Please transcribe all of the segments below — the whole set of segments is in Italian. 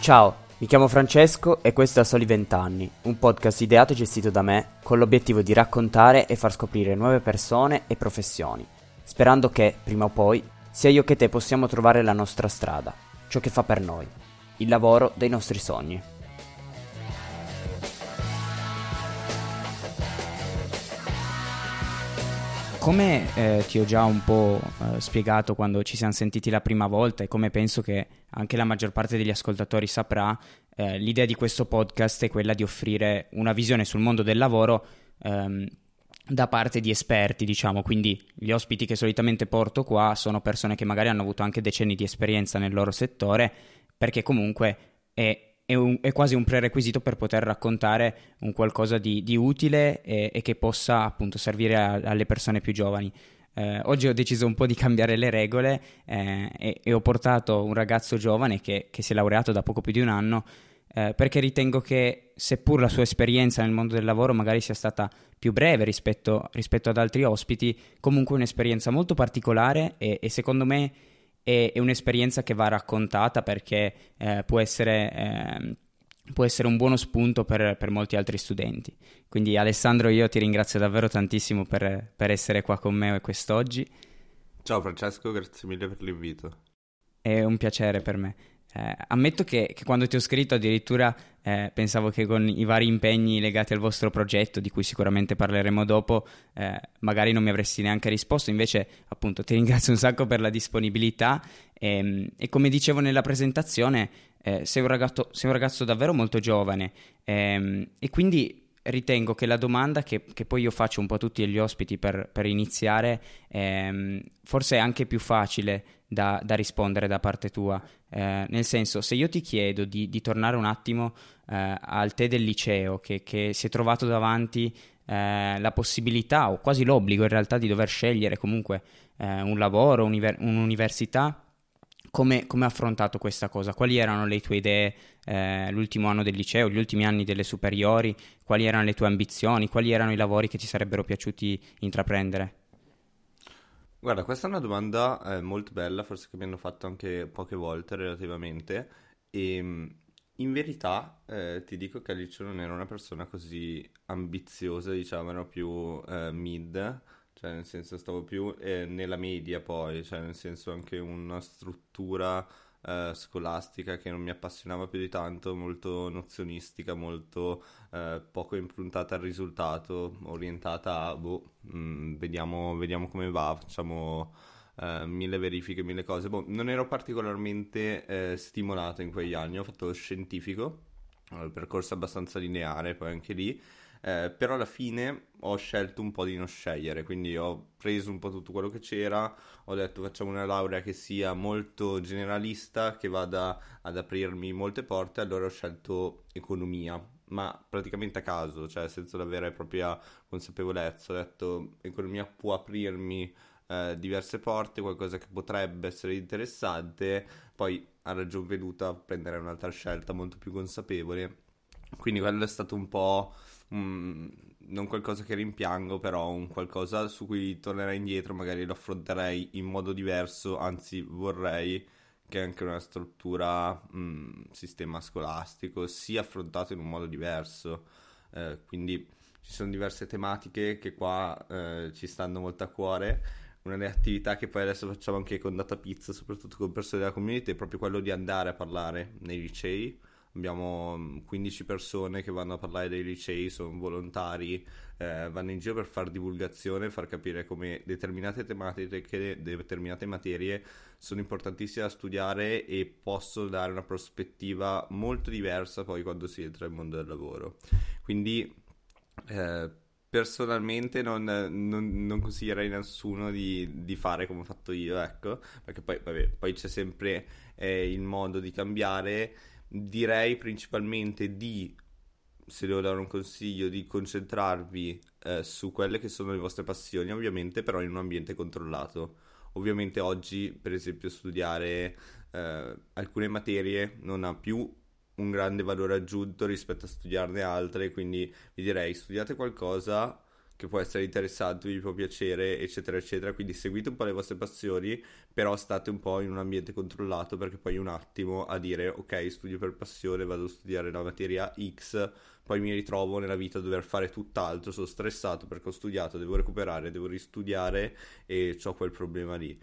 Ciao, mi chiamo Francesco e questo è A Soli 20 anni, un podcast ideato e gestito da me con l'obiettivo di raccontare e far scoprire nuove persone e professioni, sperando che, prima o poi, sia io che te possiamo trovare la nostra strada, ciò che fa per noi, il lavoro dei nostri sogni. Come ti ho già un po' spiegato quando ci siamo sentiti la prima volta e come penso che anche la maggior parte degli ascoltatori saprà, l'idea di questo podcast è quella di offrire una visione sul mondo del lavoro da parte di esperti, diciamo. Quindi gli ospiti che solitamente porto qua sono persone che magari hanno avuto anche decenni di esperienza nel loro settore, perché comunque è quasi un prerequisito per poter raccontare un qualcosa di utile e che possa appunto servire alle persone più giovani. Oggi ho deciso un po' di cambiare le regole e ho portato un ragazzo giovane che si è laureato da poco più di un anno, perché ritengo che, seppur la sua esperienza nel mondo del lavoro magari sia stata più breve rispetto ad altri ospiti, comunque un'esperienza molto particolare e secondo me è un'esperienza che va raccontata, perché può essere un buono spunto per molti altri studenti. Quindi Alessandro, io ti ringrazio davvero tantissimo per essere qua con me quest'oggi. Ciao Francesco, grazie mille per l'invito. È un piacere per me. Ammetto che quando ti ho scritto addirittura pensavo che con i vari impegni legati al vostro progetto, di cui sicuramente parleremo dopo, magari non mi avresti neanche risposto. Invece appunto ti ringrazio un sacco per la disponibilità e come dicevo nella presentazione, sei un ragazzo davvero molto giovane, e quindi ritengo che la domanda che poi io faccio un po' a tutti gli ospiti per iniziare, forse è anche più facile da rispondere da parte tua. Nel senso, se io ti chiedo di tornare un attimo al te del liceo, che si è trovato davanti la possibilità o quasi l'obbligo in realtà di dover scegliere comunque un lavoro, un'università, come ha affrontato questa cosa? Quali erano le tue idee l'ultimo anno del liceo, gli ultimi anni delle superiori? Quali erano le tue ambizioni? Quali erano i lavori che ti sarebbero piaciuti intraprendere? Guarda, questa è una domanda molto bella, forse che mi hanno fatto anche poche volte relativamente, e in verità ti dico che al liceo non ero una persona così ambiziosa, diciamo, ero più mid, cioè nel senso stavo più nella media poi, cioè nel senso anche una struttura scolastica che non mi appassionava più di tanto, molto nozionistica, molto poco improntata al risultato, orientata a vediamo come va, facciamo mille verifiche, mille cose. Non ero particolarmente stimolato in quegli anni, ho fatto scientifico, il percorso è abbastanza lineare poi anche lì. Però alla fine ho scelto un po' di non scegliere, quindi ho preso un po' tutto quello che c'era, ho detto facciamo una laurea che sia molto generalista, che vada ad aprirmi molte porte, allora ho scelto economia, ma praticamente a caso, cioè senza la vera e propria consapevolezza. Ho detto economia può aprirmi diverse porte, qualcosa che potrebbe essere interessante, poi a ragion veduta prenderei un'altra scelta molto più consapevole. Quindi quello è stato un po' non qualcosa che rimpiango, però un qualcosa su cui tornerei indietro, magari lo affronterei in modo diverso, anzi vorrei che anche una struttura, sistema scolastico sia affrontato in un modo diverso. Quindi ci sono diverse tematiche che qua ci stanno molto a cuore. Una delle attività che poi adesso facciamo anche con Data Pizza, soprattutto con persone della community, è proprio quello di andare a parlare nei licei. Abbiamo 15 persone che vanno a parlare dei licei, sono volontari, vanno in giro per fare divulgazione, far capire come determinate tematiche, determinate materie sono importantissime da studiare e possono dare una prospettiva molto diversa poi quando si entra nel mondo del lavoro. Quindi personalmente non consiglierei a nessuno di fare come ho fatto io, ecco, perché poi, vabbè, poi c'è sempre il modo di cambiare. Direi principalmente se devo dare un consiglio, di concentrarvi su quelle che sono le vostre passioni, ovviamente, però in un ambiente controllato. Ovviamente oggi, per esempio, studiare alcune materie non ha più un grande valore aggiunto rispetto a studiarne altre, quindi vi direi studiate qualcosa che può essere interessante, vi può piacere, eccetera, eccetera. Quindi seguite un po' le vostre passioni, però state un po' in un ambiente controllato, perché poi un attimo a dire ok, studio per passione, vado a studiare la materia X, poi mi ritrovo nella vita a dover fare tutt'altro, sono stressato perché ho studiato, devo recuperare, devo ristudiare e ho quel problema lì.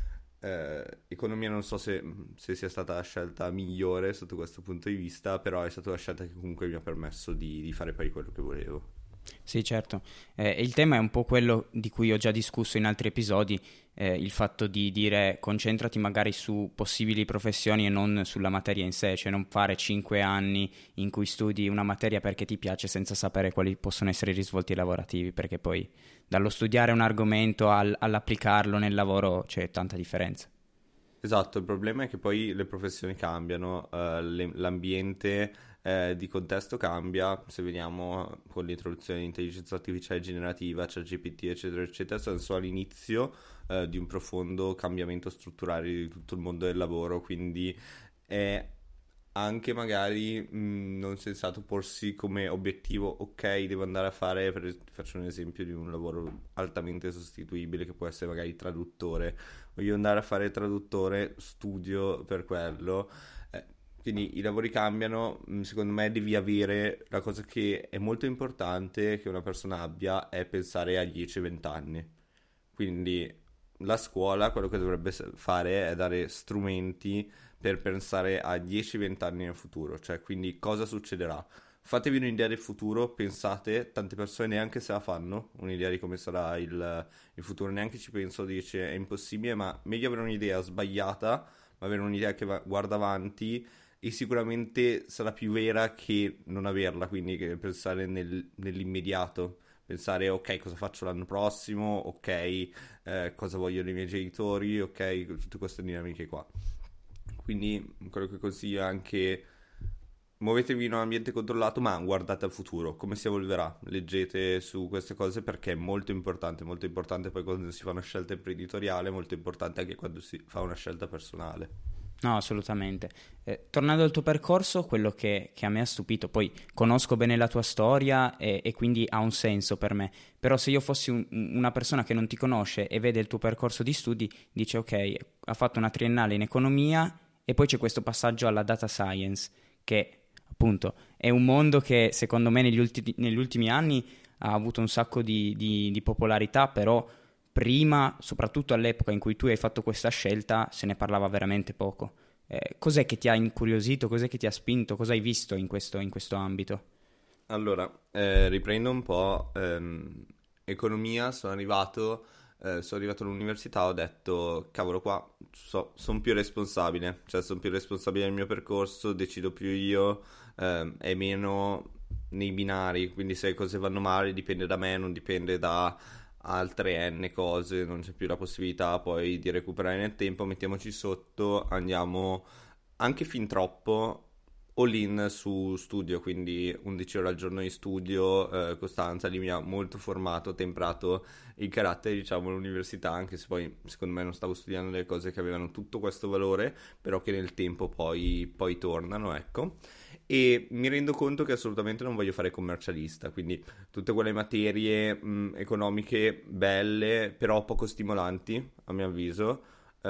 Economia non so se sia stata la scelta migliore sotto questo punto di vista, però è stata una scelta che comunque mi ha permesso di fare poi quello che volevo. Sì, certo. Il tema è un po' quello di cui ho già discusso in altri episodi, il fatto di dire concentrati magari su possibili professioni e non sulla materia in sé, cioè non fare 5 anni in cui studi una materia perché ti piace senza sapere quali possono essere i risvolti lavorativi, perché poi dallo studiare un argomento all'applicarlo nel lavoro c'è tanta differenza. Esatto, il problema è che poi le professioni cambiano, l'ambiente di contesto cambia. Se vediamo con l'introduzione di intelligenza artificiale generativa, ChatGPT, eccetera, eccetera, sono solo all'inizio di un profondo cambiamento strutturale di tutto il mondo del lavoro, quindi è anche magari non sensato porsi come obiettivo, ok, devo andare a fare, faccio un esempio di un lavoro altamente sostituibile che può essere magari traduttore, voglio andare a fare traduttore, studio per quello. Quindi i lavori cambiano, secondo me devi avere la cosa che è molto importante che una persona abbia è pensare a 10-20 anni. Quindi la scuola quello che dovrebbe fare è dare strumenti per pensare a 10-20 anni nel futuro, cioè quindi cosa succederà. Fatevi un'idea del futuro, pensate, tante persone neanche se la fanno, un'idea di come sarà il futuro, neanche ci penso, dice è impossibile, ma meglio avere un'idea sbagliata, ma avere un'idea che guarda avanti e sicuramente sarà più vera che non averla, quindi che pensare nell'immediato, pensare ok cosa faccio l'anno prossimo, ok cosa vogliono i miei genitori, ok tutte queste dinamiche qua. Quindi quello che consiglio è anche muovetevi in un ambiente controllato, ma guardate al futuro, come si evolverà, leggete su queste cose perché è molto importante poi quando si fa una scelta imprenditoriale, molto importante anche quando si fa una scelta personale. No, assolutamente. Tornando al tuo percorso, quello che a me ha stupito, poi conosco bene la tua storia e quindi ha un senso per me, però se io fossi una persona che non ti conosce e vede il tuo percorso di studi, dice ok, ha fatto una triennale in economia e poi c'è questo passaggio alla data science, che appunto è un mondo che secondo me negli ultimi anni ha avuto un sacco di popolarità, però prima, soprattutto all'epoca in cui tu hai fatto questa scelta, se ne parlava veramente poco. Cos'è che ti ha incuriosito? Cos'è che ti ha spinto? Cosa hai visto in questo ambito? Allora, riprendo un po', economia, sono arrivato all'università, ho detto, cavolo qua, sono più responsabile, cioè sono più responsabile del mio percorso, decido più io, è meno nei binari, quindi se le cose vanno male dipende da me, non dipende da altre n cose, non c'è più la possibilità poi di recuperare nel tempo, mettiamoci sotto, andiamo anche fin troppo all in su studio, quindi 11 ore al giorno di studio, costanza, lì mi ha molto formato, temprato il carattere, diciamo, all'università, anche se poi secondo me non stavo studiando delle cose che avevano tutto questo valore, però che nel tempo poi tornano, ecco. E mi rendo conto che assolutamente non voglio fare commercialista, quindi tutte quelle materie economiche belle, però poco stimolanti, a mio avviso,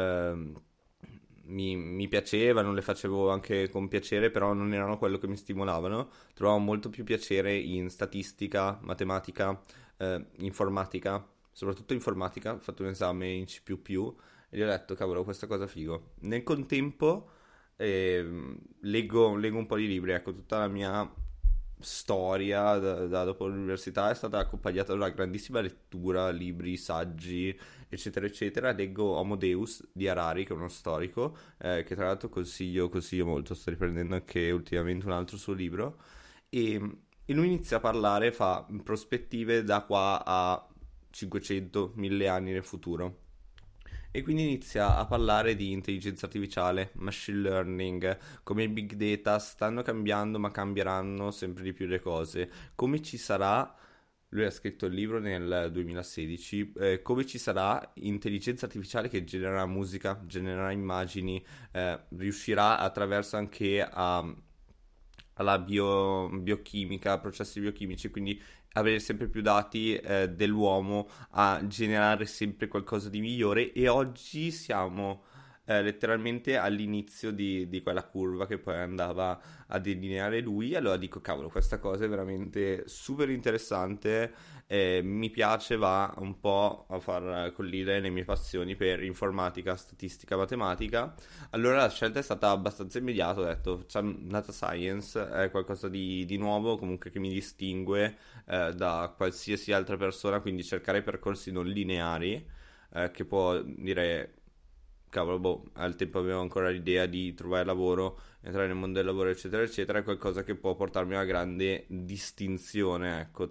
mi piacevano, le facevo anche con piacere, però non erano quello che mi stimolavano. Trovavo molto più piacere in statistica, matematica, informatica, soprattutto informatica. Ho fatto un esame in C++ e gli ho detto, cavolo, questa cosa figo. Nel contempo leggo un po' di libri, ecco, tutta la mia storia da dopo l'università è stata accompagnata da una grandissima lettura, libri, saggi, eccetera eccetera. Leggo Homo Deus di Harari, che è uno storico, che tra l'altro consiglio molto, sto riprendendo anche ultimamente un altro suo libro, e lui inizia a parlare, fa prospettive da qua a 500-1000 anni nel futuro. E quindi inizia a parlare di intelligenza artificiale, machine learning, come il big data stanno cambiando ma cambieranno sempre di più le cose, come ci sarà, lui ha scritto il libro nel 2016, come ci sarà intelligenza artificiale che genererà musica, genererà immagini, riuscirà attraverso anche a alla biochimica, processi biochimici, quindi avere sempre più dati dell'uomo a generare sempre qualcosa di migliore, e oggi siamo letteralmente all'inizio di quella curva che poi andava a delineare lui. Allora dico, cavolo, questa cosa è veramente super interessante, mi piace, va un po' a far collidere le mie passioni per informatica, statistica, matematica. Allora la scelta è stata abbastanza immediata, ho detto, data science è qualcosa di nuovo, comunque che mi distingue da qualsiasi altra persona, quindi cercare percorsi non lineari, che può dire, cavolo, boh, al tempo avevo ancora l'idea di trovare lavoro, entrare nel mondo del lavoro, eccetera, eccetera, è qualcosa che può portarmi a una grande distinzione, ecco,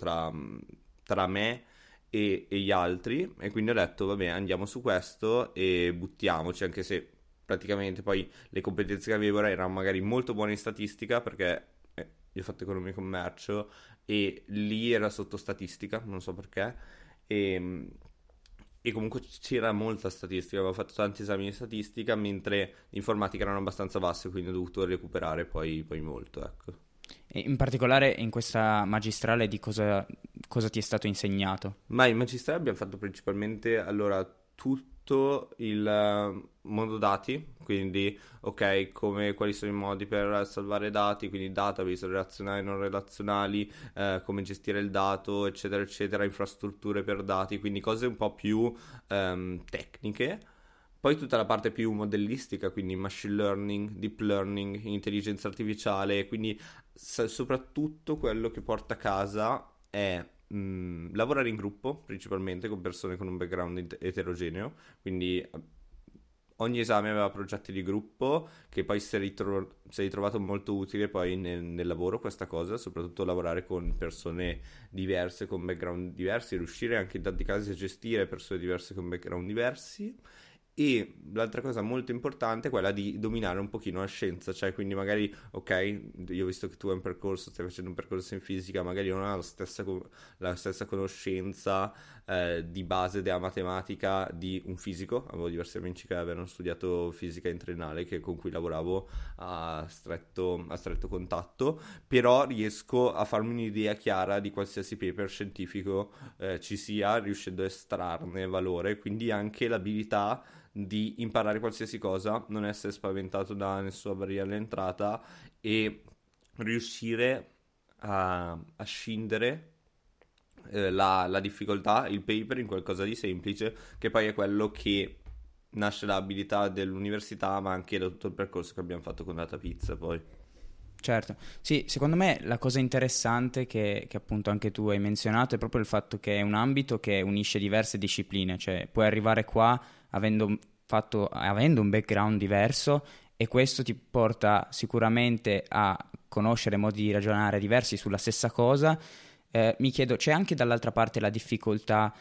tra me e gli altri, e quindi ho detto, vabbè, andiamo su questo e buttiamoci, anche se praticamente poi le competenze che avevo erano magari molto buone in statistica, perché io ho fatto economia e commercio e lì era sotto statistica, non so perché, e, e comunque c'era molta statistica, avevo fatto tanti esami di statistica, mentre informatica erano abbastanza basse, quindi ho dovuto recuperare poi molto, ecco. E in particolare in questa magistrale di cosa ti è stato insegnato? Ma in magistrale abbiamo fatto principalmente allora tutto il mondo dati, quindi ok, quali sono i modi per salvare dati, quindi database relazionali, non relazionali, come gestire il dato, eccetera, eccetera, infrastrutture per dati, quindi cose un po' più tecniche. Poi tutta la parte più modellistica, quindi machine learning, deep learning, intelligenza artificiale, quindi soprattutto quello che porta a casa è lavorare in gruppo, principalmente con persone con un background eterogeneo, quindi ogni esame aveva progetti di gruppo che poi si è ritrovato molto utile poi nel lavoro questa cosa, soprattutto lavorare con persone diverse, con background diversi, riuscire anche in tanti casi a gestire persone diverse con background diversi. E l'altra cosa molto importante è quella di dominare un pochino la scienza, cioè quindi magari, ok, io ho visto che tu hai un percorso, stai facendo un percorso in fisica, magari non hai la stessa conoscenza di base della matematica di un fisico. Avevo diversi amici che avevano studiato fisica in triennale, con cui lavoravo a stretto contatto, però riesco a farmi un'idea chiara di qualsiasi paper scientifico ci sia, riuscendo a estrarne valore, quindi anche l'abilità di imparare qualsiasi cosa, non essere spaventato da nessuna barriera all'entrata e riuscire a scindere la difficoltà, il paper in qualcosa di semplice, che poi è quello che nasce l'abilità dell'università, ma anche da tutto il percorso che abbiamo fatto con Data Pizza poi. Certo, sì, secondo me la cosa interessante che appunto anche tu hai menzionato è proprio il fatto che è un ambito che unisce diverse discipline, cioè puoi arrivare qua avendo un background diverso, e questo ti porta sicuramente a conoscere modi di ragionare diversi sulla stessa cosa. Mi chiedo, c'è anche dall'altra parte la difficoltà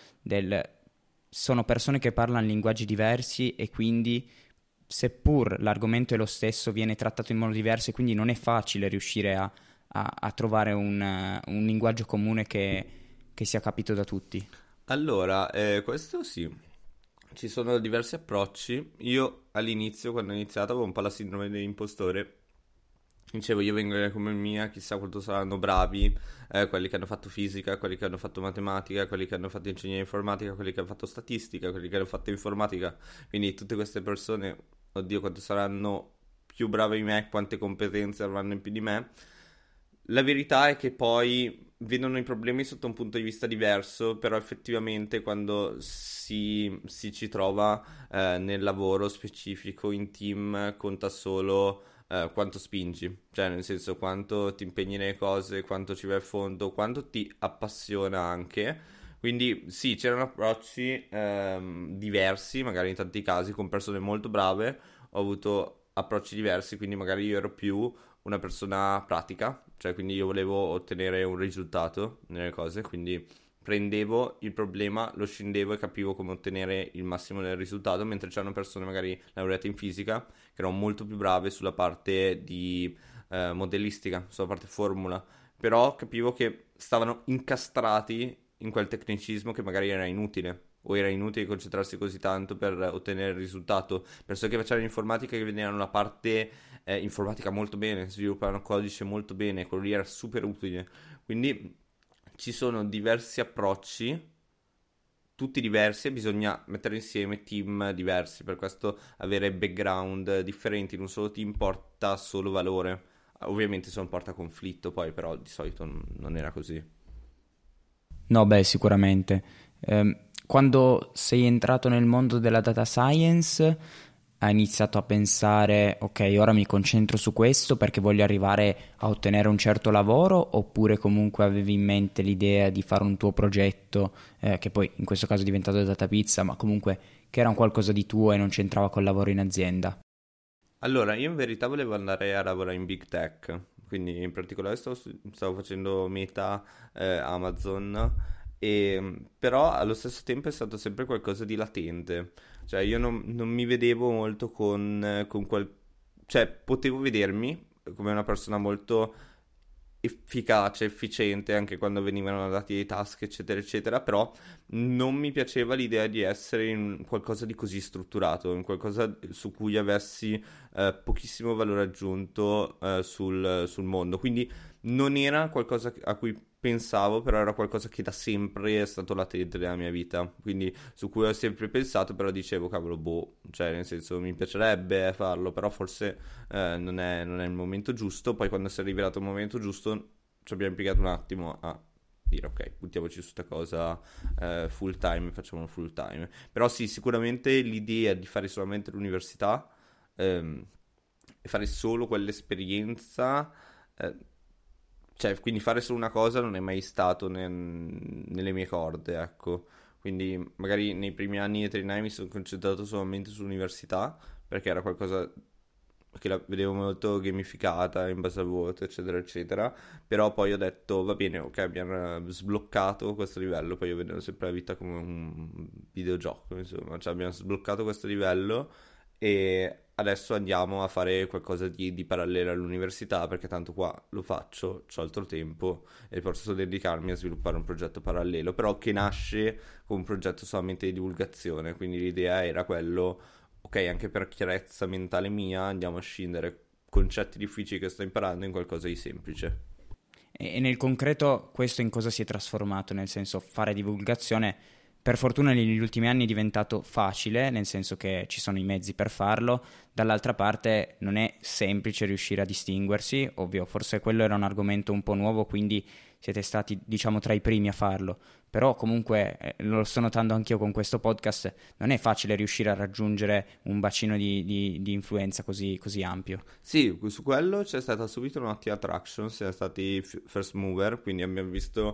sono persone che parlano linguaggi diversi e quindi, seppur l'argomento è lo stesso, viene trattato in modo diverso, e quindi non è facile riuscire a trovare un linguaggio comune che sia capito da tutti. Allora, questo sì, ci sono diversi approcci. Io all'inizio, quando ho iniziato, avevo un po' la sindrome dell'impostore. Dicevo, io vengo in economia, chissà quanto saranno bravi quelli che hanno fatto fisica, quelli che hanno fatto matematica, quelli che hanno fatto ingegneria informatica, quelli che hanno fatto statistica, quelli che hanno fatto informatica. Quindi tutte queste persone, oddio, quanto saranno più brave di me, quante competenze avranno in più di me. La verità è che poi vedono i problemi sotto un punto di vista diverso, però effettivamente quando si ci trova nel lavoro specifico, in team, conta solo quanto spingi, cioè nel senso quanto ti impegni nelle cose, quanto ci vai a fondo, quanto ti appassiona anche. Quindi sì, c'erano approcci diversi, magari in tanti casi con persone molto brave, ho avuto approcci diversi, quindi magari io ero più una persona pratica, cioè quindi io volevo ottenere un risultato nelle cose, quindi prendevo il problema, lo scendevo e capivo come ottenere il massimo del risultato, mentre c'erano persone magari laureate in fisica che erano molto più brave sulla parte di modellistica, sulla parte formula, però capivo che stavano incastrati in quel tecnicismo che magari era inutile. o era inutile concentrarsi così tanto per ottenere il risultato. Persone che facevano informatica che vedevano la parte informatica molto bene, sviluppavano codice molto bene, quello lì era super utile. Quindi ci sono diversi approcci, tutti diversi, e bisogna mettere insieme team diversi. Per questo avere background differenti in un solo team porta solo valore. Ovviamente se non porta conflitto poi, però di solito non era così. No, beh, sicuramente. Quando sei entrato nel mondo della data science, hai iniziato a pensare, ok, ora mi concentro su questo perché voglio arrivare a ottenere un certo lavoro, oppure comunque avevi in mente l'idea di fare un tuo progetto, che poi in questo caso è diventato Data Pizza, ma comunque che era un qualcosa di tuo e non c'entrava col lavoro in azienda? Allora, io in verità volevo andare a lavorare in big tech, quindi in particolare stavo facendo Meta, Amazon, però allo stesso tempo è stato sempre qualcosa di latente. Cioè io non mi vedevo molto cioè potevo vedermi come una persona molto efficace, efficiente anche quando venivano dati dei task, eccetera, eccetera, però non mi piaceva l'idea di essere in qualcosa di così strutturato, in qualcosa su cui avessi pochissimo valore aggiunto sul mondo. Quindi non era qualcosa a cui pensavo, però era qualcosa che da sempre è stato latente nella mia vita, quindi su cui ho sempre pensato, però dicevo, cavolo, boh, cioè nel senso mi piacerebbe farlo, però forse non è il momento giusto. Poi quando si è rivelato il momento giusto ci abbiamo impiegato un attimo a dire ok, buttiamoci su sta cosa full time, facciamolo full time. Però sì, sicuramente l'idea di fare solamente l'università e fare solo quell'esperienza, cioè quindi fare solo una cosa non è mai stato nelle mie corde, ecco. Quindi magari nei primi anni di triennale mi sono concentrato solamente sull'università perché era qualcosa che la vedevo molto gamificata in base al voto, eccetera, eccetera. Però poi ho detto, va bene, ok, abbiamo sbloccato questo livello. Poi io vedo sempre la vita come un videogioco, insomma. Cioè abbiamo sbloccato questo livello e adesso andiamo a fare qualcosa di parallelo all'università perché tanto qua lo faccio, ho altro tempo e posso dedicarmi a sviluppare un progetto parallelo, però che nasce come un progetto solamente di divulgazione. Quindi l'idea era quello, ok, anche per chiarezza mentale mia andiamo a scindere concetti difficili che sto imparando in qualcosa di semplice. E nel concreto questo in cosa si è trasformato? Nel senso, fare divulgazione, per fortuna negli ultimi anni è diventato facile, nel senso che ci sono i mezzi per farlo, dall'altra parte non è semplice riuscire a distinguersi, ovvio, forse quello era un argomento un po' nuovo, quindi siete stati, diciamo, tra i primi a farlo, però comunque, lo sto notando anch'io con questo podcast, non è facile riuscire a raggiungere un bacino di influenza così ampio. Sì, su quello c'è stata subito un'ottima traction, siamo stati first mover, quindi abbiamo visto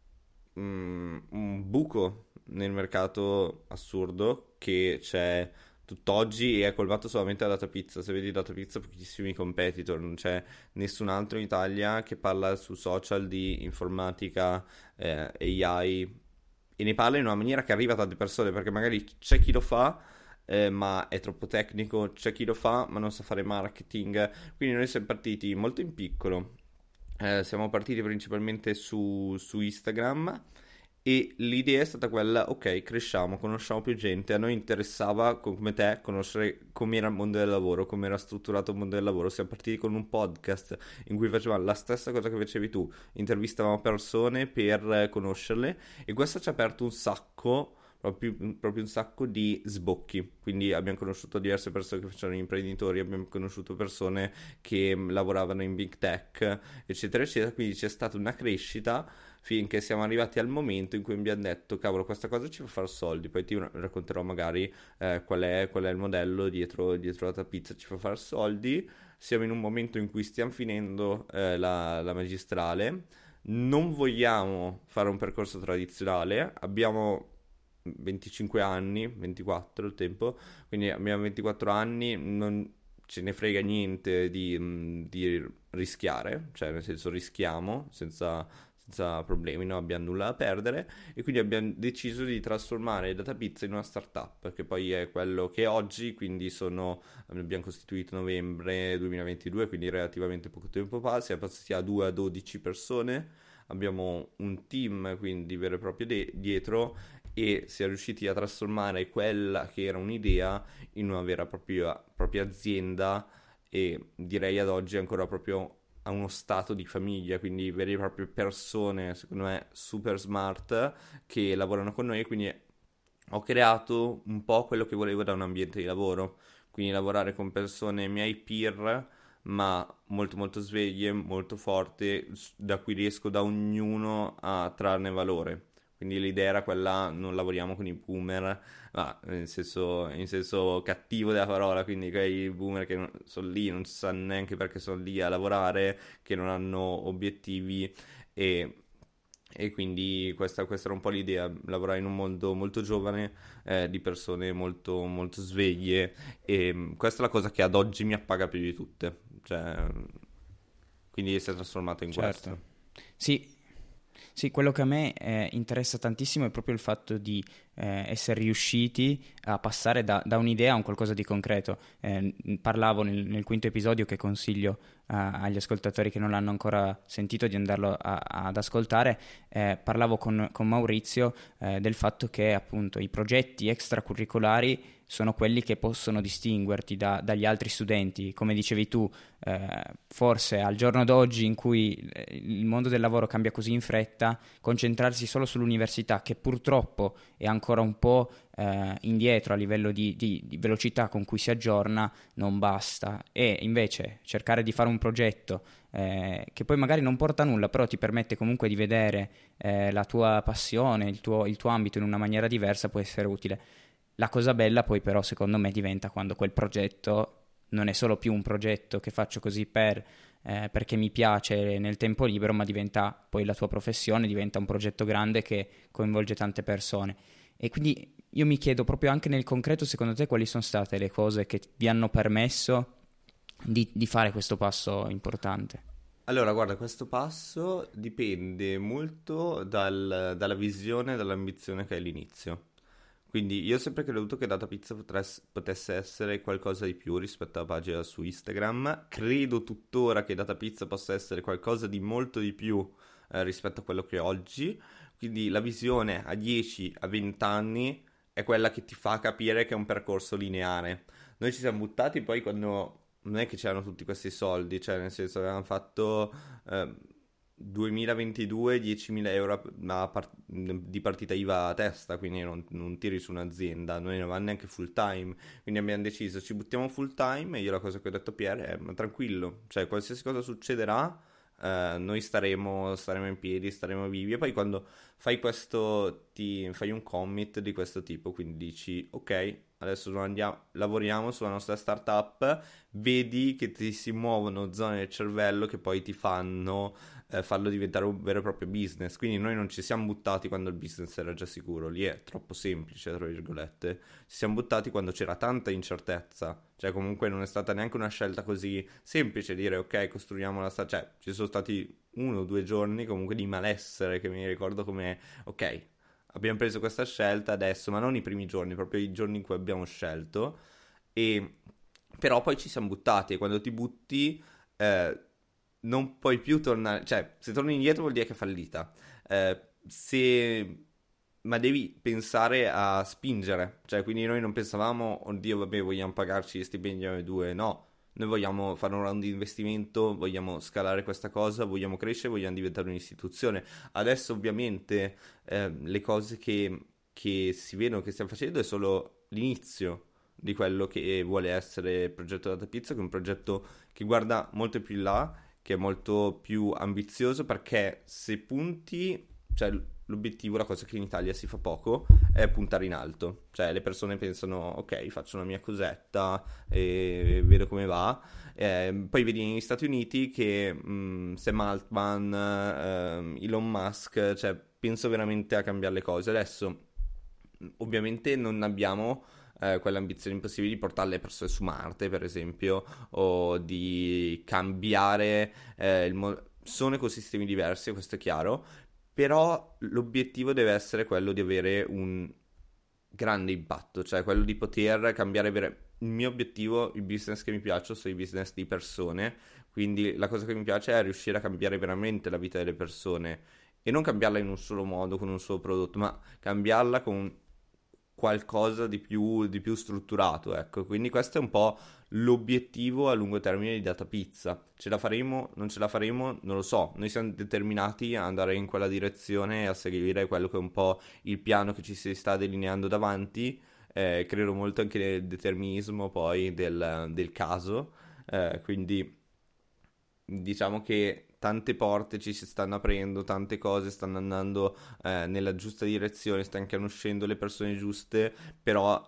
un buco nel mercato assurdo che c'è tutt'oggi e è colmato solamente da Data Pizza. Se vedi Data Pizza, pochissimi competitor, non c'è nessun altro in Italia che parla su social di informatica, AI, e ne parla in una maniera che arriva a tante persone, perché magari c'è chi lo fa ma è troppo tecnico, c'è chi lo fa ma non sa fare marketing. Quindi noi siamo partiti molto in piccolo. Siamo partiti principalmente su Instagram e l'idea è stata quella, ok, cresciamo, conosciamo più gente. A noi interessava, come te, conoscere com'era il mondo del lavoro, come era strutturato il mondo del lavoro. Siamo partiti con un podcast in cui facevamo la stessa cosa che facevi tu, intervistavamo persone per conoscerle, e questo ci ha aperto un sacco. Proprio un sacco di sbocchi. Quindi abbiamo conosciuto diverse persone che facevano imprenditori, abbiamo conosciuto persone che lavoravano in big tech, eccetera, eccetera. Quindi c'è stata una crescita finché siamo arrivati al momento in cui abbiamo detto, cavolo, questa cosa ci fa fare soldi. Poi ti racconterò magari qual è il modello dietro la pizza, ci fa fare soldi. Siamo in un momento in cui stiamo finendo la magistrale. Non vogliamo fare un percorso tradizionale, abbiamo 25 anni, 24 il tempo, quindi abbiamo 24 anni, non ce ne frega niente di rischiare, cioè nel senso rischiamo senza problemi, non abbiamo nulla da perdere, e quindi abbiamo deciso di trasformare Data Pizza in una startup, che poi è quello che è oggi. Quindi abbiamo costituito novembre 2022, quindi relativamente poco tempo fa, siamo passati da 2 a 12 persone, abbiamo un team quindi vero e proprio dietro, e si è riusciti a trasformare quella che era un'idea in una vera e propria azienda, e direi ad oggi ancora proprio a uno stato di famiglia, quindi vere e proprie persone, secondo me, super smart che lavorano con noi, quindi ho creato un po' quello che volevo da un ambiente di lavoro, quindi lavorare con persone miei peer, ma molto molto sveglie, molto forti, da cui riesco da ognuno a trarne valore. Quindi l'idea era quella, non lavoriamo con i boomer, ma in senso cattivo della parola, quindi quei boomer che sono lì, non sanno neanche perché sono lì a lavorare, che non hanno obiettivi, e, e quindi questa era un po' l'idea, lavorare in un mondo molto giovane, di persone molto, molto sveglie, e questa è la cosa che ad oggi mi appaga più di tutte, cioè, quindi si è trasformato in Certo. questo. Sì, sì, quello che a me interessa tantissimo è proprio il fatto di essere riusciti a passare da un'idea a un qualcosa di concreto. Parlavo nel quinto episodio, che consiglio agli ascoltatori che non l'hanno ancora sentito di andarlo ad ascoltare, parlavo con Maurizio del fatto che appunto i progetti extracurricolari sono quelli che possono distinguerti dagli altri studenti. Come dicevi tu, forse al giorno d'oggi, in cui il mondo del lavoro cambia così in fretta, concentrarsi solo sull'università, che purtroppo è ancora un po' indietro a livello di velocità con cui si aggiorna, non basta. E invece cercare di fare un progetto che poi magari non porta a nulla, però ti permette comunque di vedere la tua passione, il tuo ambito in una maniera diversa, può essere utile. La cosa bella poi però secondo me diventa quando quel progetto non è solo più un progetto che faccio così perché mi piace nel tempo libero, ma diventa poi la tua professione, diventa un progetto grande che coinvolge tante persone. E quindi io mi chiedo proprio anche nel concreto, secondo te quali sono state le cose che vi hanno permesso di fare questo passo importante? Allora, guarda, questo passo dipende molto dalla visione e dall'ambizione che hai all'inizio. Quindi io ho sempre creduto che Data Pizza potesse essere qualcosa di più rispetto alla pagina su Instagram. Credo tuttora che Data Pizza possa essere qualcosa di molto di più rispetto a quello che è oggi. Quindi la visione a 10, a 20 anni è quella che ti fa capire che è un percorso lineare. Noi ci siamo buttati poi quando non è che c'erano tutti questi soldi, cioè nel senso avevamo fatto 2022 10.000 euro di partita IVA a testa, quindi non tiri su un'azienda, noi non avevamo neanche full time, quindi abbiamo deciso ci buttiamo full time, e io la cosa che ho detto a Pierre è ma tranquillo, cioè qualsiasi cosa succederà, noi staremo in piedi, staremo vivi. E poi quando fai fai un commit di questo tipo, quindi dici ok, adesso lavoriamo sulla nostra startup, vedi che ti si muovono zone del cervello che poi ti fanno farlo diventare un vero e proprio business. Quindi noi non ci siamo buttati quando il business era già sicuro, lì è troppo semplice, tra virgolette. Ci siamo buttati quando c'era tanta incertezza, cioè comunque non è stata neanche una scelta così semplice dire ok, costruiamo la cioè ci sono stati 1 o 2 giorni comunque di malessere, che mi ricordo come ok, abbiamo preso questa scelta adesso, ma non i primi giorni, proprio i giorni in cui abbiamo scelto. E però poi ci siamo buttati, e quando ti butti non puoi più tornare, cioè se torni indietro vuol dire che è fallita. Se Ma devi pensare a spingere, cioè quindi noi non pensavamo oddio vabbè vogliamo pagarci stipendio e due, no, noi vogliamo fare un round di investimento, vogliamo scalare questa cosa, vogliamo crescere, vogliamo diventare un'istituzione. Adesso ovviamente le cose che si vedono che stiamo facendo è solo l'inizio di quello che vuole essere il progetto Data Pizza, che è un progetto che guarda molto più in là, che è molto più ambizioso, perché se punti, cioè l'obiettivo, la cosa che in Italia si fa poco, è puntare in alto. Cioè le persone pensano, ok, faccio la mia cosetta e vedo come va. Poi vedi negli Stati Uniti che Sam Altman, Elon Musk, cioè penso veramente a cambiare le cose. Adesso ovviamente non abbiamo quell'ambizione impossibile di portare le persone su Marte, per esempio, o di cambiare sono ecosistemi diversi, questo è chiaro, però l'obiettivo deve essere quello di avere un grande impatto, cioè quello di poter cambiare il mio obiettivo, il business che mi piace sono i business di persone, quindi la cosa che mi piace è riuscire a cambiare veramente la vita delle persone, e non cambiarla in un solo modo, con un solo prodotto, ma cambiarla con qualcosa di più strutturato, ecco. Quindi questo è un po' l'obiettivo a lungo termine di Data Pizza. Ce la faremo? Non ce la faremo? Non lo so. Noi siamo determinati a andare in quella direzione e a seguire quello che è un po' il piano che ci si sta delineando davanti. Credo molto anche nel determinismo poi del caso, quindi diciamo che tante porte ci si stanno aprendo, tante cose stanno andando nella giusta direzione, stanno anche uscendo le persone giuste, però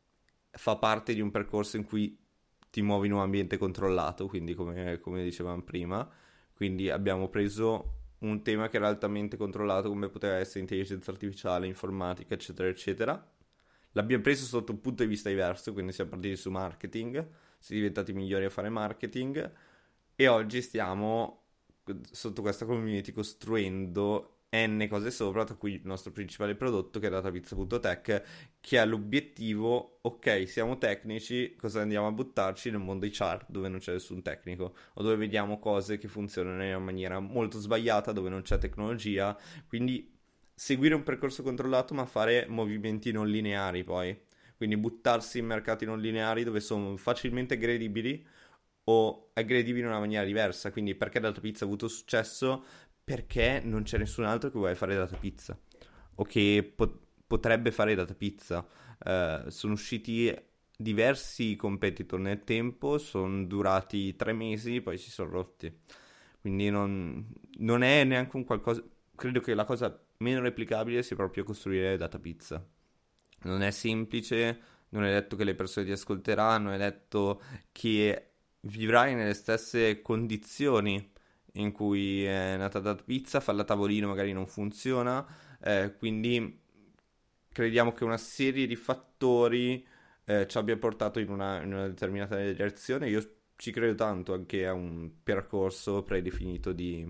fa parte di un percorso in cui ti muovi in un ambiente controllato, quindi come dicevamo prima, quindi abbiamo preso un tema che era altamente controllato come poteva essere intelligenza artificiale, informatica, eccetera, eccetera. L'abbiamo preso sotto un punto di vista diverso, quindi siamo partiti su marketing, siamo diventati migliori a fare marketing e oggi stiamo sotto questa community costruendo N cose sopra, tra cui il nostro principale prodotto che è datapizza.tech, che ha l'obiettivo, ok, siamo tecnici, cosa andiamo a buttarci nel mondo HR dove non c'è nessun tecnico, o dove vediamo cose che funzionano in una maniera molto sbagliata, dove non c'è tecnologia, quindi seguire un percorso controllato ma fare movimenti non lineari poi, quindi buttarsi in mercati non lineari dove sono facilmente aggredibili o aggredibili in una maniera diversa. Quindi perché Data Pizza ha avuto successo? Perché non c'è nessun altro che vuole fare Data Pizza o che potrebbe fare Data Pizza. Sono usciti diversi competitor nel tempo, sono durati 3 mesi, poi si sono rotti. Quindi non è neanche un qualcosa. Credo che la cosa meno replicabile sia proprio costruire Data Pizza. Non è semplice, non è detto che le persone ti ascolteranno, è detto che vivrai nelle stesse condizioni in cui è nata Data Pizza, fare la tavolino magari non funziona, quindi crediamo che una serie di fattori ci abbia portato in una determinata direzione. Io ci credo tanto anche a un percorso predefinito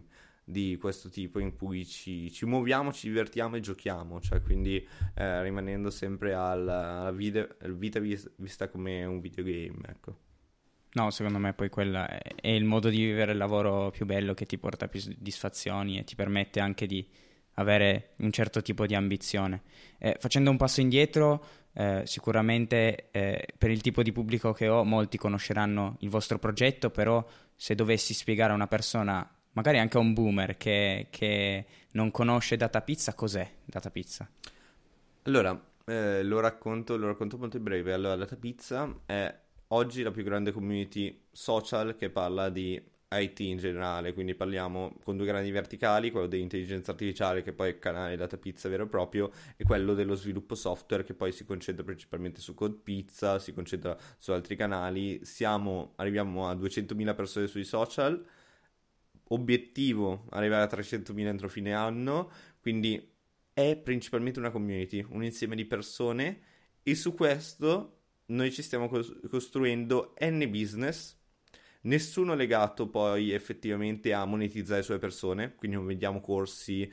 di questo tipo in cui ci muoviamo, ci divertiamo e giochiamo, cioè quindi rimanendo sempre alla vita vista come un videogame, ecco. No, secondo me poi quella è il modo di vivere il lavoro più bello, che ti porta più soddisfazioni e ti permette anche di avere un certo tipo di ambizione. Facendo un passo indietro, sicuramente per il tipo di pubblico che ho, molti conosceranno il vostro progetto, però se dovessi spiegare a una persona, magari anche a un boomer che non conosce Data Pizza, cos'è Data Pizza? Allora, lo racconto molto in breve. Allora, Data Pizza è oggi la più grande community social che parla di IT in generale, quindi parliamo con due grandi verticali, quello dell'intelligenza artificiale che poi è il canale Data Pizza vero e proprio e quello dello sviluppo software che poi si concentra principalmente su Code Pizza, si concentra su altri canali. Arriviamo a 200.000 persone sui social, obiettivo arrivare a 300.000 entro fine anno, quindi è principalmente una community, un insieme di persone e su questo noi ci stiamo costruendo N business, nessuno legato poi effettivamente a monetizzare le sue persone, quindi non vendiamo corsi,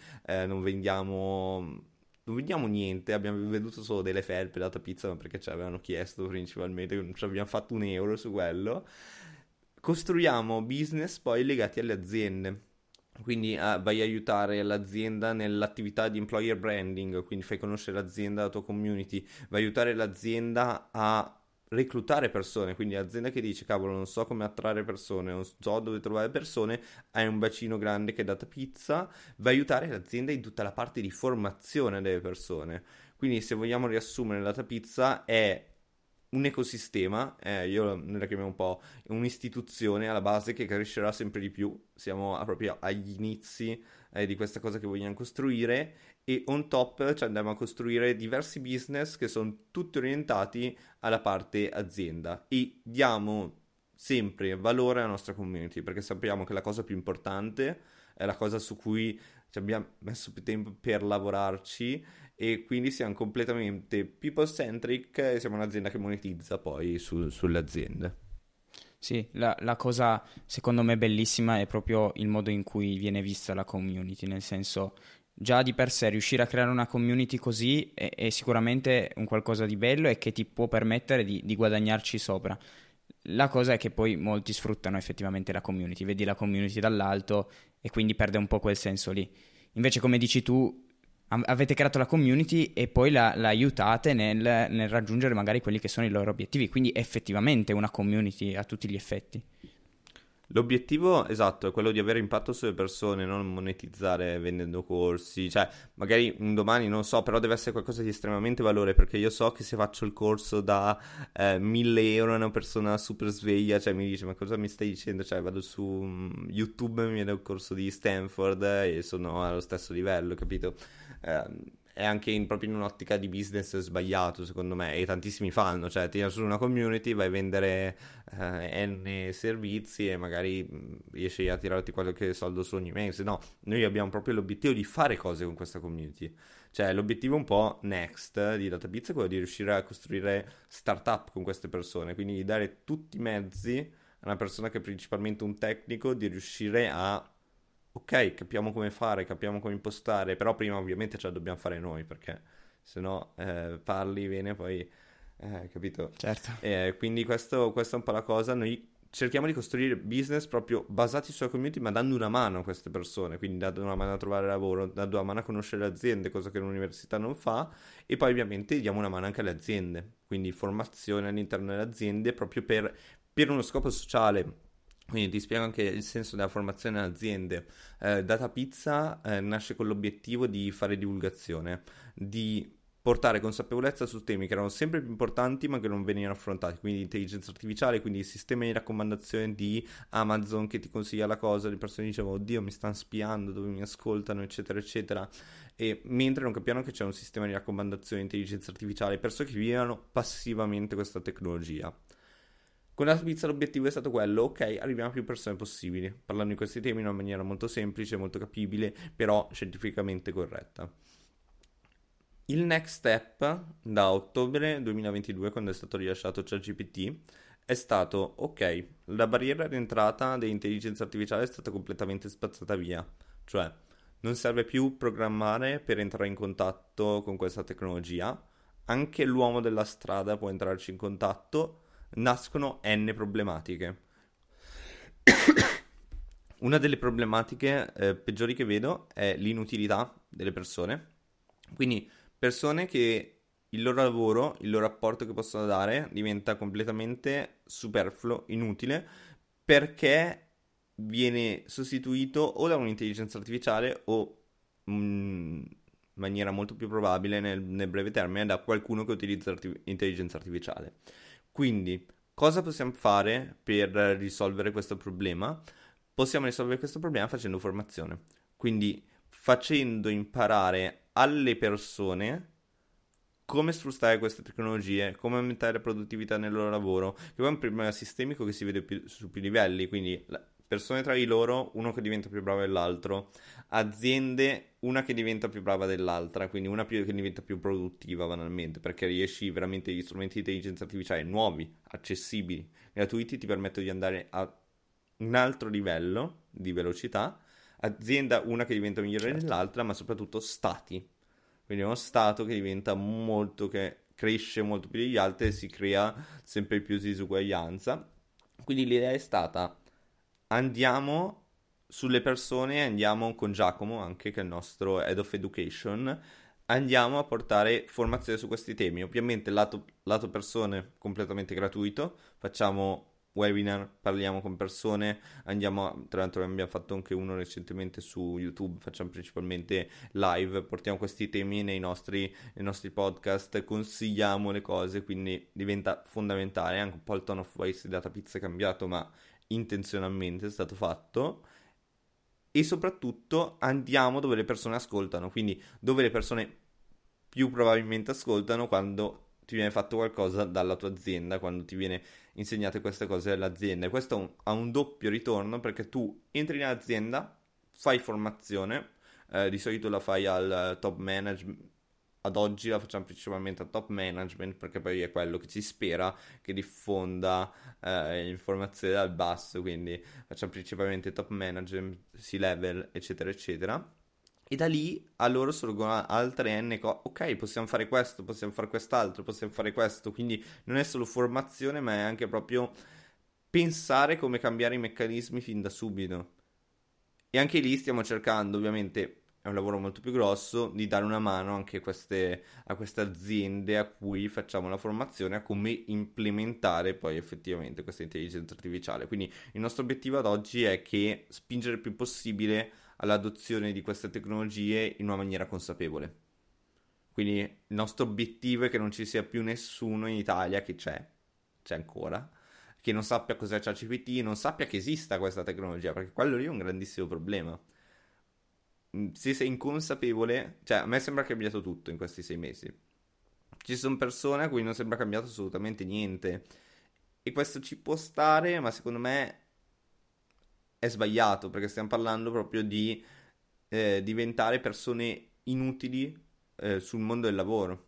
non vendiamo niente, abbiamo venduto solo delle felpe Data Pizza, ma perché ci avevano chiesto principalmente, non ci abbiamo fatto un euro su quello. Costruiamo business poi legati alle aziende. Quindi vai a aiutare l'azienda nell'attività di employer branding, quindi fai conoscere l'azienda alla tua community, vai a aiutare l'azienda a reclutare persone, quindi l'azienda che dice cavolo non so come attrarre persone, non so dove trovare persone, hai un bacino grande che è Data Pizza, vai a aiutare l'azienda in tutta la parte di formazione delle persone. Quindi se vogliamo riassumere, Data Pizza è un ecosistema, io la chiamo un po' un'istituzione alla base che crescerà sempre di più, siamo proprio agli inizi di questa cosa che vogliamo costruire e on top ci andiamo a costruire diversi business che sono tutti orientati alla parte azienda e diamo sempre valore alla nostra community perché sappiamo che la cosa più importante è la cosa su cui ci abbiamo messo più tempo per lavorarci e quindi siamo completamente people centric e siamo un'azienda che monetizza poi sulle aziende. Sì, la cosa secondo me bellissima è proprio il modo in cui viene vista la community, nel senso già di per sé riuscire a creare una community così è sicuramente un qualcosa di bello e che ti può permettere di guadagnarci sopra. La cosa è che poi molti sfruttano effettivamente la community, vedi la community dall'alto e quindi perde un po' quel senso lì. Invece, come dici tu, avete creato la community e poi la aiutate nel raggiungere magari quelli che sono i loro obiettivi, quindi effettivamente una community a tutti gli effetti. L'obiettivo, esatto, è quello di avere impatto sulle persone, non monetizzare vendendo corsi, cioè magari un domani non so, però deve essere qualcosa di estremamente valore, perché io so che se faccio il corso da 1.000 euro a una persona super sveglia, cioè mi dice ma cosa mi stai dicendo? Cioè vado su YouTube, mi viene un corso di Stanford e sono allo stesso livello, capito? È anche proprio in un'ottica di business sbagliato secondo me, e tantissimi fanno, cioè ti su una community, vai a vendere n servizi e magari riesci a tirarti qualche soldo su ogni mese. No, noi abbiamo proprio l'obiettivo di fare cose con questa community, cioè l'obiettivo un po' next di DataBits è quello di riuscire a costruire startup con queste persone, quindi di dare tutti i mezzi a una persona che è principalmente un tecnico, di riuscire a ok, capiamo come fare, capiamo come impostare, però prima ovviamente ce la dobbiamo fare noi, perché se no parli bene poi, capito? Certo. Quindi questo è un po' la cosa, noi cerchiamo di costruire business proprio basati sulla community, ma dando una mano a queste persone, quindi dando una mano a trovare lavoro, dando una mano a conoscere le aziende, cosa che l'università non fa, e poi ovviamente diamo una mano anche alle aziende, quindi formazione all'interno delle aziende proprio per uno scopo sociale. Quindi ti spiego anche il senso della formazione alle aziende. Data Pizza nasce con l'obiettivo di fare divulgazione, di portare consapevolezza su temi che erano sempre più importanti ma che non venivano affrontati, quindi intelligenza artificiale, quindi il sistema di raccomandazione di Amazon che ti consiglia la cosa, le persone dicevano oddio mi stanno spiando, dove mi ascoltano eccetera eccetera, e mentre non capivano che c'è un sistema di raccomandazione di intelligenza artificiale, persone che vivevano passivamente questa tecnologia. Con la pizza l'obiettivo è stato quello, ok, arriviamo a più persone possibili, parlando di questi temi in una maniera molto semplice, molto capibile, però scientificamente corretta. Il next step, da ottobre 2022, quando è stato rilasciato ChatGPT, è stato, ok, la barriera d'entrata dell'intelligenza artificiale è stata completamente spazzata via, cioè non serve più programmare per entrare in contatto con questa tecnologia, anche l'uomo della strada può entrarci in contatto. Nascono n problematiche. Una delle problematiche peggiori che vedo è l'inutilità delle persone. Quindi persone che il loro lavoro, il loro apporto che possono dare diventa completamente superfluo, inutile, perché viene sostituito o da un'intelligenza artificiale o in maniera molto più probabile nel breve termine da qualcuno che utilizza intelligenza artificiale. Quindi, cosa possiamo fare per risolvere questo problema? Possiamo risolvere questo problema facendo formazione. Quindi, facendo imparare alle persone come sfruttare queste tecnologie, come aumentare la produttività nel loro lavoro, che poi è un problema sistemico che si vede su più livelli, quindi persone tra di loro, uno che diventa più bravo dell'altro, aziende, una che diventa più brava dell'altra, quindi una che diventa più produttiva banalmente, perché riesci veramente, gli strumenti di intelligenza artificiale nuovi, accessibili, gratuiti, ti permettono di andare a un altro livello di velocità, azienda una che diventa migliore dell'altra, ma soprattutto stati, quindi uno stato che diventa che cresce molto più degli altri e si crea sempre più disuguaglianza. Quindi l'idea è stata: andiamo sulle persone, andiamo con Giacomo anche, che è il nostro Head of Education, andiamo a portare formazione su questi temi. Ovviamente lato persone completamente gratuito, facciamo webinar, parliamo con persone, tra l'altro abbiamo fatto anche uno recentemente su YouTube, facciamo principalmente live, portiamo questi temi nei nostri podcast, consigliamo le cose, quindi diventa fondamentale. Anche un po' il tone of voice di Data Pizza è cambiato, ma intenzionalmente è stato fatto. E soprattutto andiamo dove le persone ascoltano, quindi dove le persone più probabilmente ascoltano quando ti viene fatto qualcosa dalla tua azienda, quando ti viene insegnate queste cose dall'azienda. E questo ha un doppio ritorno, perché tu entri nell'azienda, fai formazione, di solito la fai al top management. Ad oggi la facciamo principalmente al top management, perché poi è quello che ci spera che diffonda informazioni dal basso, quindi facciamo principalmente top management, C-level, eccetera, eccetera. E da lì a loro sorgono altre N cose. Ok, possiamo fare questo, possiamo fare quest'altro, possiamo fare questo. Quindi non è solo formazione, ma è anche proprio pensare come cambiare i meccanismi fin da subito. E anche lì stiamo cercando, ovviamente, è un lavoro molto più grosso, di dare una mano anche a queste aziende a cui facciamo la formazione a come implementare poi effettivamente questa intelligenza artificiale. Quindi il nostro obiettivo ad oggi è che spingere il più possibile all'adozione di queste tecnologie in una maniera consapevole. Quindi il nostro obiettivo è che non ci sia più nessuno in Italia che c'è ancora, che non sappia cos'è ChatGPT, non sappia che esista questa tecnologia, perché quello lì è un grandissimo problema. Se sei inconsapevole, cioè a me sembra cambiato tutto in questi 6 mesi. Ci sono persone a cui non sembra cambiato assolutamente niente. E questo ci può stare, ma secondo me è sbagliato, perché stiamo parlando proprio di diventare persone inutili sul mondo del lavoro.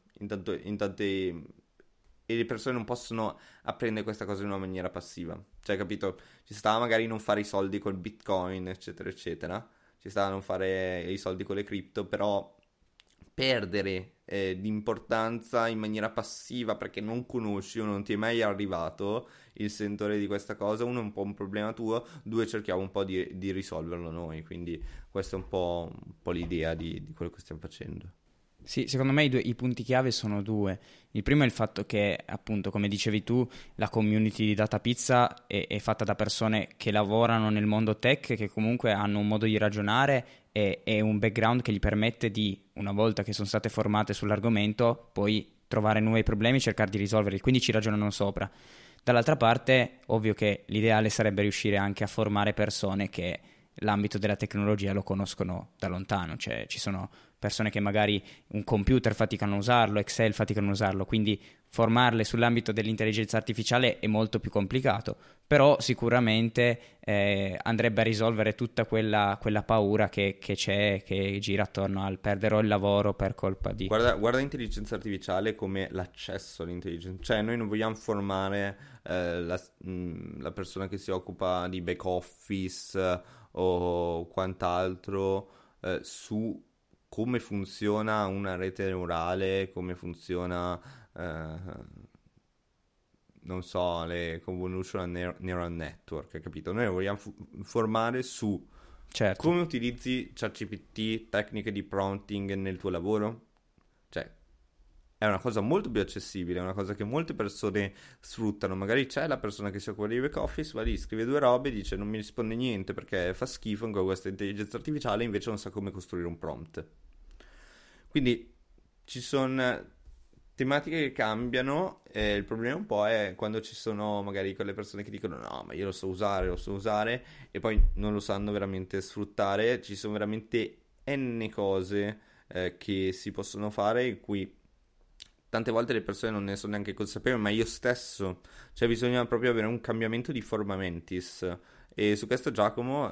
E le persone non possono apprendere questa cosa in una maniera passiva. Cioè, capito? Ci stava magari non fare i soldi col Bitcoin, eccetera, eccetera. Ci stava non fare i soldi con le cripto, però perdere di importanza in maniera passiva perché non conosci o non ti è mai arrivato il sentore di questa cosa, uno è un po' un problema tuo, due cerchiamo un po' di risolverlo noi, quindi questa è un po' l'idea di quello che stiamo facendo. Sì, secondo me i punti chiave sono due. Il primo è il fatto che, appunto, come dicevi tu, la community di Data Pizza è fatta da persone che lavorano nel mondo tech, che comunque hanno un modo di ragionare e un background che gli permette di, una volta che sono state formate sull'argomento, poi trovare nuovi problemi e cercare di risolverli, quindi ci ragionano sopra. Dall'altra parte, ovvio che l'ideale sarebbe riuscire anche a formare persone che l'ambito della tecnologia lo conoscono da lontano, cioè ci sono persone che magari un computer faticano a usarlo, Excel faticano a usarlo, quindi formarle sull'ambito dell'intelligenza artificiale è molto più complicato, però sicuramente andrebbe a risolvere tutta quella paura che c'è, che gira attorno al perderò il lavoro per colpa di... Guarda l'intelligenza artificiale come l'accesso all'intelligenza, cioè noi non vogliamo formare la persona che si occupa di back office o quant'altro su come funziona una rete neurale, come funziona, non so, le convolutional neural network, capito? Noi vogliamo formare su Certo. come utilizzi ChatGPT, tecniche di prompting nel tuo lavoro. Cioè, è una cosa molto più accessibile, è una cosa che molte persone sfruttano. Magari c'è la persona che si occupa di back office, va lì, scrive due robe, dice non mi risponde niente perché fa schifo con questa intelligenza artificiale, invece non sa come costruire un prompt. Quindi ci sono tematiche che cambiano, il problema un po' è quando ci sono magari quelle persone che dicono no, ma io lo so usare, e poi non lo sanno veramente sfruttare. Ci sono veramente n cose che si possono fare in cui tante volte le persone non ne sono neanche consapevoli, ma io stesso, cioè bisogna proprio avere un cambiamento di forma mentis, e su questo Giacomo,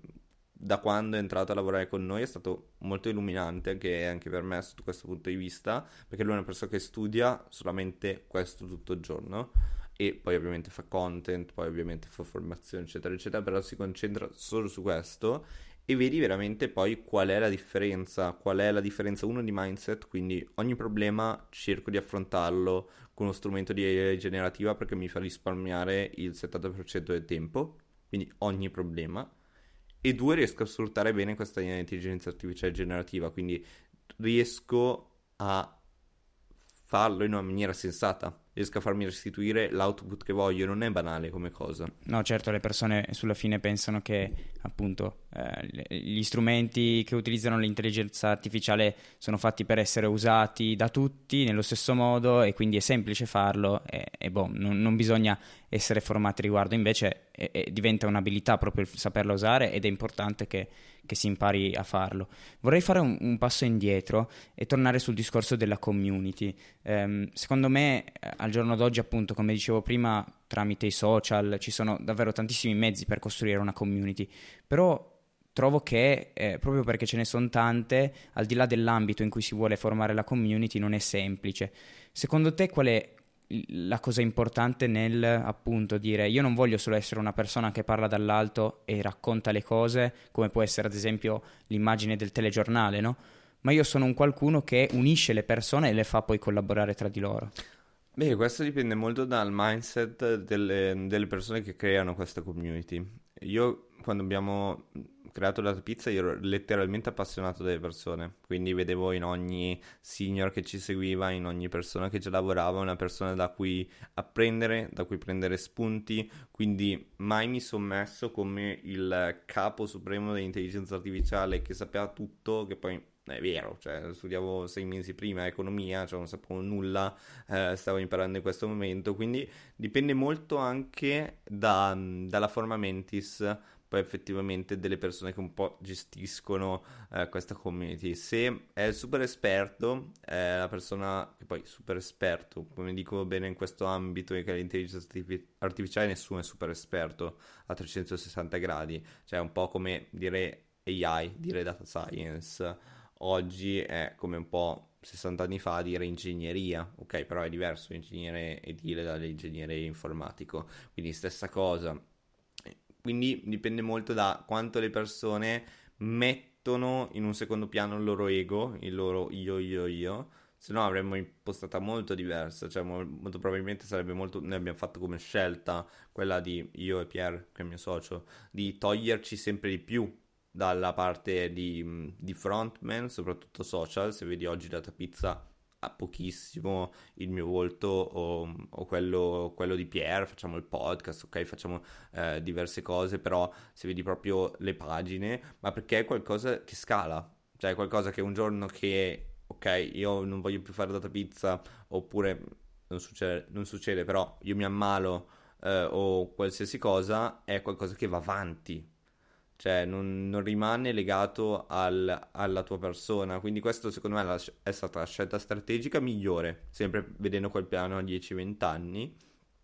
da quando è entrato a lavorare con noi, è stato molto illuminante anche per me sotto questo punto di vista, perché lui è una persona che studia solamente questo tutto il giorno, e poi ovviamente fa content, poi ovviamente fa formazione, eccetera, eccetera, però si concentra solo su questo. E vedi veramente poi qual è la differenza, uno di mindset, quindi ogni problema cerco di affrontarlo con uno strumento di AI generativa perché mi fa risparmiare il 70% del tempo, quindi ogni problema, e due, riesco a sfruttare bene questa intelligenza artificiale generativa, quindi riesco a farlo in una maniera sensata, riesco a farmi restituire l'output che voglio, non è banale come cosa. No, certo, le persone sulla fine pensano che appunto gli strumenti che utilizzano l'intelligenza artificiale sono fatti per essere usati da tutti nello stesso modo e quindi è semplice farlo e boh, non bisogna essere formati riguardo, invece diventa un'abilità proprio il saperla usare ed è importante che si impari a farlo. Vorrei fare un passo indietro e tornare sul discorso della community. Secondo me al giorno d'oggi, appunto, come dicevo prima, tramite i social ci sono davvero tantissimi mezzi per costruire una community, però trovo che proprio perché ce ne sono tante, al di là dell'ambito in cui si vuole formare la community, non è semplice. Secondo te qual è la cosa importante nel, appunto, dire io non voglio solo essere una persona che parla dall'alto e racconta le cose, come può essere ad esempio l'immagine del telegiornale, no? Ma io sono un qualcuno che unisce le persone e le fa poi collaborare tra di loro. Beh, questo dipende molto dal mindset delle persone che creano questa community. Io, quando abbiamo creato Datapizza io ero letteralmente appassionato delle persone, quindi vedevo in ogni senior che ci seguiva, in ogni persona che già lavorava, una persona da cui apprendere, da cui prendere spunti, quindi mai mi sono messo come il capo supremo dell'intelligenza artificiale che sapeva tutto, che poi è vero, cioè studiavo 6 mesi prima economia, cioè non sapevo nulla, stavo imparando in questo momento, quindi dipende molto anche dalla forma mentis, poi effettivamente delle persone che un po' gestiscono questa community. Se è il super esperto, è la persona che poi super esperto, come dico bene in questo ambito che è l'intelligenza artificiale, nessuno è super esperto a 360 gradi, cioè è un po' come dire AI, dire data science. Oggi è come un po' 60 anni fa dire ingegneria, ok, però è diverso ingegnere edile dall'ingegnere informatico, quindi stessa cosa. Quindi dipende molto da quanto le persone mettono in un secondo piano il loro ego, il loro io, se no avremmo impostata molto diversa, cioè molto probabilmente sarebbe molto, noi abbiamo fatto come scelta quella di io e Pierre, che è il mio socio, di toglierci sempre di più dalla parte di frontman, soprattutto social. Se vedi oggi Datapizza ha pochissimo il mio volto o quello di Pierre, facciamo il podcast, ok, facciamo diverse cose, però se vedi proprio le pagine, ma perché è qualcosa che scala, cioè è qualcosa che un giorno che, ok, io non voglio più fare Datapizza, oppure non succede, però io mi ammalo o qualsiasi cosa, è qualcosa che va avanti, cioè non rimane legato alla tua persona, quindi questo secondo me è stata la scelta strategica migliore, sempre vedendo quel piano a 10-20 anni,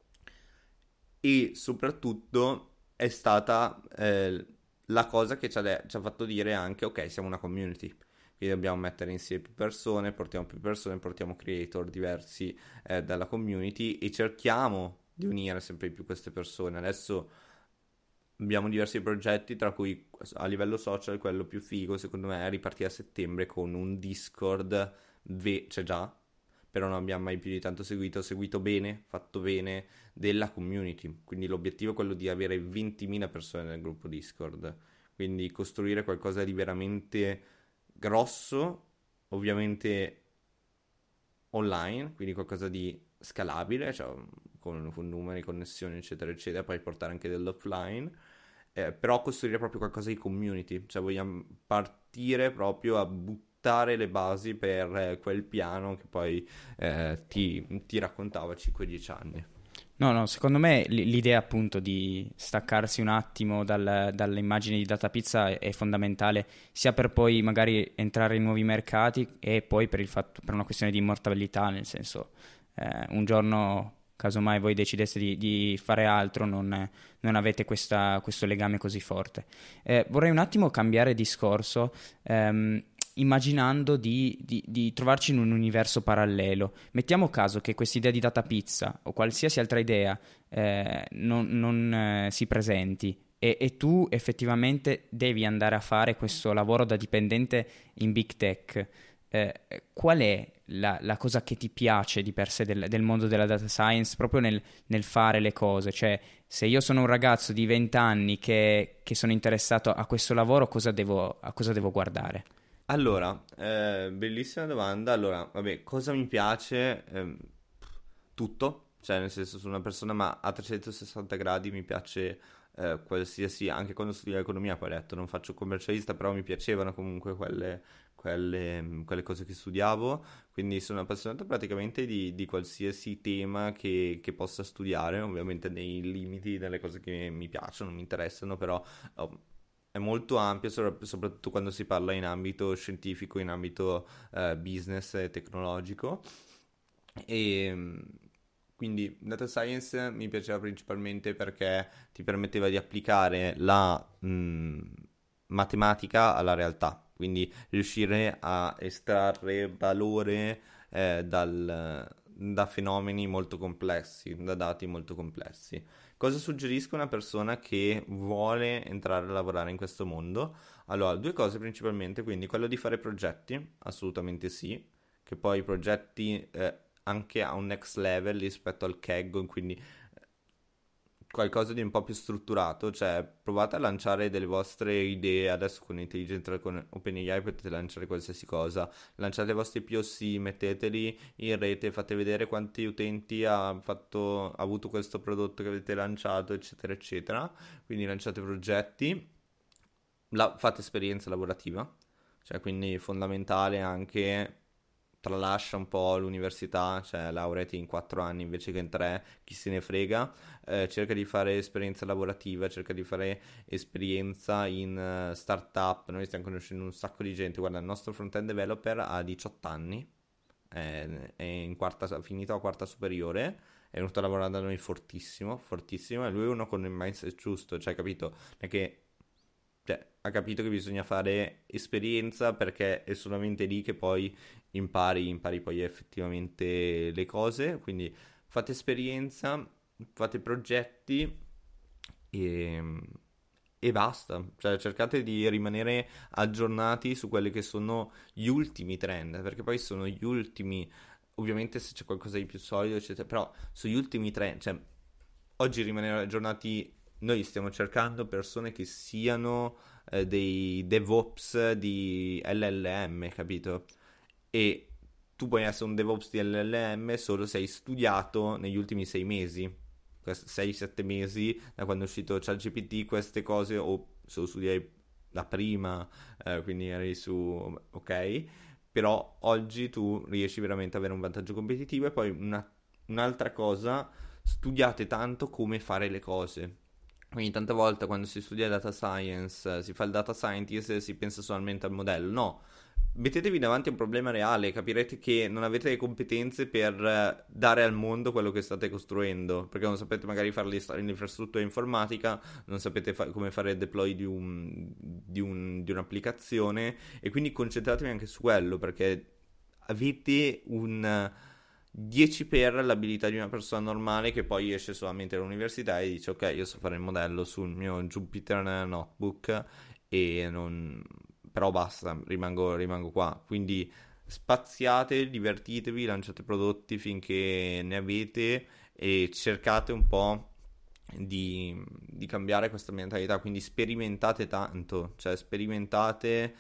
e soprattutto è stata la cosa che ci ha fatto dire anche ok, siamo una community, quindi dobbiamo mettere insieme più persone, portiamo creator diversi dalla community e cerchiamo di unire sempre di più queste persone. Adesso abbiamo diversi progetti, tra cui a livello social quello più figo secondo me è ripartire a settembre con un Discord, c'è già, però non abbiamo mai più di tanto seguito bene, fatto bene, della community. Quindi l'obiettivo è quello di avere 20.000 persone nel gruppo Discord, quindi costruire qualcosa di veramente grosso, ovviamente online, quindi qualcosa di scalabile, cioè con numeri, connessioni, eccetera, eccetera, poi portare anche dell'offline, però costruire proprio qualcosa di community, cioè vogliamo partire proprio a buttare le basi per quel piano che poi ti raccontavo a 5-10 anni. No, secondo me l'idea appunto di staccarsi un attimo dalle immagini di Datapizza è fondamentale, sia per poi magari entrare in nuovi mercati e poi per una questione di immortalità, nel senso un giorno, casomai voi decideste di fare altro, non avete questo legame così forte. Vorrei un attimo cambiare discorso, immaginando di trovarci in un universo parallelo. Mettiamo caso che quest'idea di Datapizza o qualsiasi altra idea non si presenti e tu effettivamente devi andare a fare questo lavoro da dipendente in Big Tech. Qual è la cosa che ti piace di per sé del mondo della data science, proprio nel fare le cose? Cioè, se io sono un ragazzo di 20 anni che sono interessato a questo lavoro, a cosa devo guardare? Allora, bellissima domanda. Allora, vabbè, cosa mi piace? Tutto, cioè nel senso sono una persona ma a 360 gradi mi piace qualsiasi, anche quando studiavo economia, poi ho detto non faccio commercialista, però mi piacevano comunque quelle cose che studiavo, quindi sono appassionato praticamente di qualsiasi tema che possa studiare, ovviamente nei limiti delle cose che mi piacciono, mi interessano, però è molto ampio, soprattutto quando si parla in ambito scientifico, in ambito business e tecnologico. E quindi data science mi piaceva principalmente perché ti permetteva di applicare la matematica alla realtà, quindi riuscire a estrarre valore da fenomeni molto complessi, da dati molto complessi. Cosa suggerisco a una persona che vuole entrare a lavorare in questo mondo? Allora, due cose principalmente, quindi quello di fare progetti, assolutamente sì, che poi i progetti anche a un next level rispetto al Kaggle, quindi qualcosa di un po' più strutturato, cioè provate a lanciare delle vostre idee. Adesso con l'intelligenza, con OpenAI potete lanciare qualsiasi cosa, lanciate i vostri POC, metteteli in rete, fate vedere quanti utenti ha avuto questo prodotto che avete lanciato, eccetera eccetera. Quindi lanciate progetti, fate esperienza lavorativa, cioè quindi fondamentale anche, tralascia un po' l'università, cioè laureati in 4 anni invece che in 3, chi se ne frega. Cerca di fare esperienza lavorativa, cerca di fare esperienza in startup. Noi stiamo conoscendo un sacco di gente. Guarda, il nostro front-end developer ha 18 anni, è in quarta, ha finito la quarta superiore, è venuto a lavorare da noi fortissimo, fortissimo, e lui è uno con il mindset giusto, cioè capito? È che ha capito che bisogna fare esperienza, perché è solamente lì che poi impari poi effettivamente le cose. Quindi fate esperienza, fate progetti e, e basta. Cioè cercate di rimanere aggiornati su quelli che sono gli ultimi trend, perché poi sono gli ultimi, ovviamente se c'è qualcosa di più solido eccetera, però sugli ultimi trend, cioè oggi rimanere aggiornati. Noi stiamo cercando persone che siano dei DevOps di LLM, capito? E tu puoi essere un DevOps di LLM solo se hai studiato negli ultimi 6 mesi, 6-7 mesi, da quando è uscito ChatGPT, queste cose, o se lo studiai da prima, quindi eri su, ok? Però oggi tu riesci veramente ad avere un vantaggio competitivo. E poi un'altra cosa, studiate tanto come fare le cose. Quindi tante volte quando si studia data science, si fa il data scientist e si pensa solamente al modello. No, mettetevi davanti a un problema reale, capirete che non avete le competenze per dare al mondo quello che state costruendo, perché non sapete magari fare l'infrastruttura informatica, non sapete come fare il deploy di un'applicazione, e quindi concentratevi anche su quello, perché avete un 10 per l'abilità di una persona normale che poi esce solamente dall'università e dice ok, io so fare il modello sul mio Jupyter Notebook e non... però basta, rimango qua. Quindi spaziate, divertitevi, lanciate prodotti finché ne avete e cercate un po' di cambiare questa mentalità. Quindi sperimentate tanto, cioè sperimentate.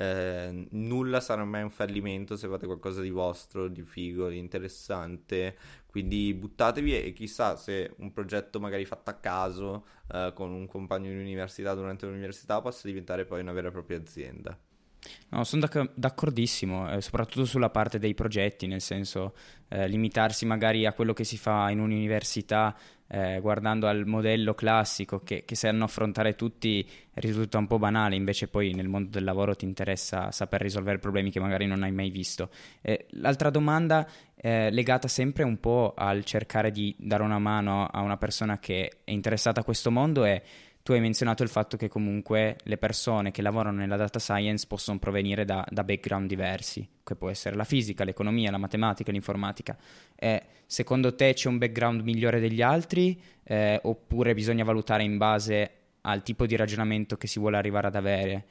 Nulla sarà mai un fallimento se fate qualcosa di vostro, di figo, di interessante. Quindi buttatevi e chissà se un progetto magari fatto a caso con un compagno di università durante l'università possa diventare poi una vera e propria azienda. No, sono d'accordissimo, soprattutto sulla parte dei progetti, nel senso limitarsi magari a quello che si fa in un'università, guardando al modello classico che sanno affrontare tutti, risulta un po' banale. Invece poi nel mondo del lavoro ti interessa saper risolvere problemi che magari non hai mai visto. L'altra domanda legata sempre un po' al cercare di dare una mano a una persona che è interessata a questo mondo è: tu hai menzionato il fatto che comunque le persone che lavorano nella data science possono provenire da background diversi, che può essere la fisica, l'economia, la matematica, l'informatica. Secondo te c'è un background migliore degli altri, oppure bisogna valutare in base al tipo di ragionamento che si vuole arrivare ad avere,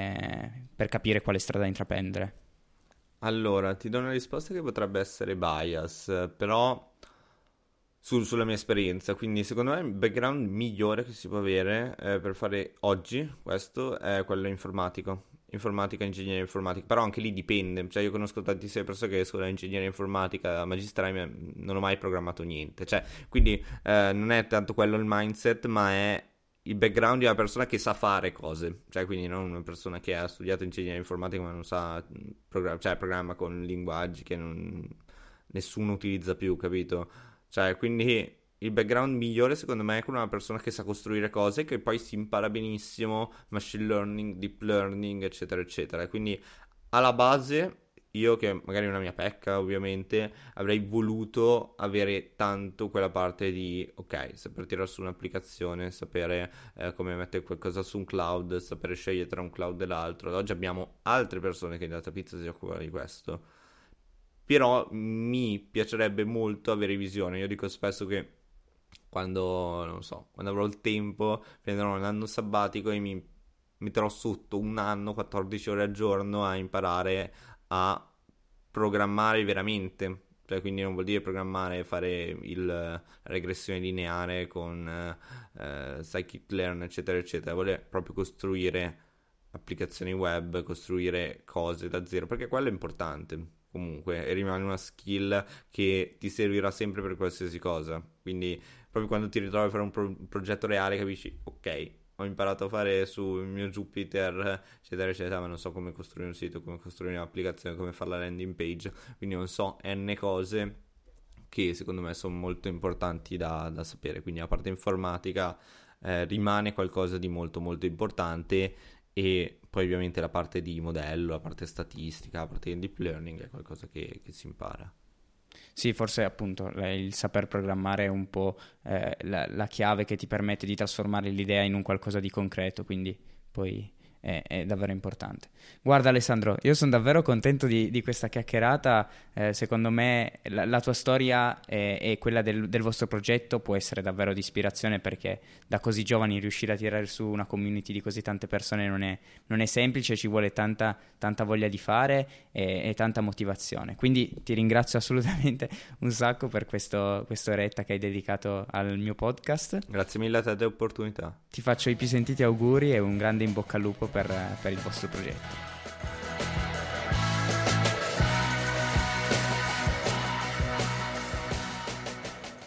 per capire quale strada intraprendere? Allora, ti do una risposta che potrebbe essere bias, però sulla mia esperienza. Quindi secondo me il background migliore che si può avere per fare oggi questo è quello informatico. Informatica, ingegneria informatica, però anche lì dipende. Cioè io conosco tantissime persone che escono da ingegneria informatica magistrale, ma non ho mai programmato niente. Cioè, quindi non è tanto quello il mindset, ma è il background di una persona che sa fare cose. Cioè, quindi non una persona che ha studiato ingegneria informatica ma non sa programma con linguaggi che nessuno utilizza più, capito? Cioè, quindi il background migliore secondo me è con una persona che sa costruire cose, che poi si impara benissimo machine learning, deep learning, eccetera, eccetera. Quindi alla base io, che magari è una mia pecca ovviamente, avrei voluto avere tanto quella parte di ok, saper tirare su un'applicazione, sapere come mettere qualcosa su un cloud, sapere scegliere tra un cloud e l'altro. Ad oggi abbiamo altre persone che in DataPizza si occupano di questo. Però mi piacerebbe molto avere visione. Io dico spesso che quando, non so, quando avrò il tempo, prenderò un anno sabbatico e mi metterò sotto un anno, 14 ore al giorno a imparare a programmare veramente. Cioè, quindi non vuol dire programmare e fare la regressione lineare con scikit-learn, eccetera, eccetera. Vuol dire proprio costruire applicazioni web, costruire cose da zero, perché quello è importante comunque e rimane una skill che ti servirà sempre per qualsiasi cosa. Quindi proprio quando ti ritrovi a fare un progetto reale capisci, ok, ho imparato a fare sul mio Jupyter, eccetera, eccetera, ma non so come costruire un sito, come costruire un'applicazione, come fare la landing page, quindi non so n cose che secondo me sono molto importanti da sapere. Quindi la parte informatica rimane qualcosa di molto molto importante, e poi ovviamente la parte di modello, la parte statistica, la parte di deep learning è qualcosa che si impara. Sì, forse appunto il saper programmare è un po' la chiave che ti permette di trasformare l'idea in un qualcosa di concreto, quindi poi è davvero importante. Guarda Alessandro, io sono davvero contento di questa chiacchierata. Secondo me la tua storia e quella del vostro progetto può essere davvero di ispirazione, perché da così giovani riuscire a tirare su una community di così tante persone non è semplice, ci vuole tanta voglia di fare e tanta motivazione. Quindi ti ringrazio assolutamente un sacco per questa oretta che hai dedicato al mio podcast. Grazie mille a te dell'opportunità. Ti faccio i più sentiti auguri e un grande in bocca al lupo per il vostro progetto.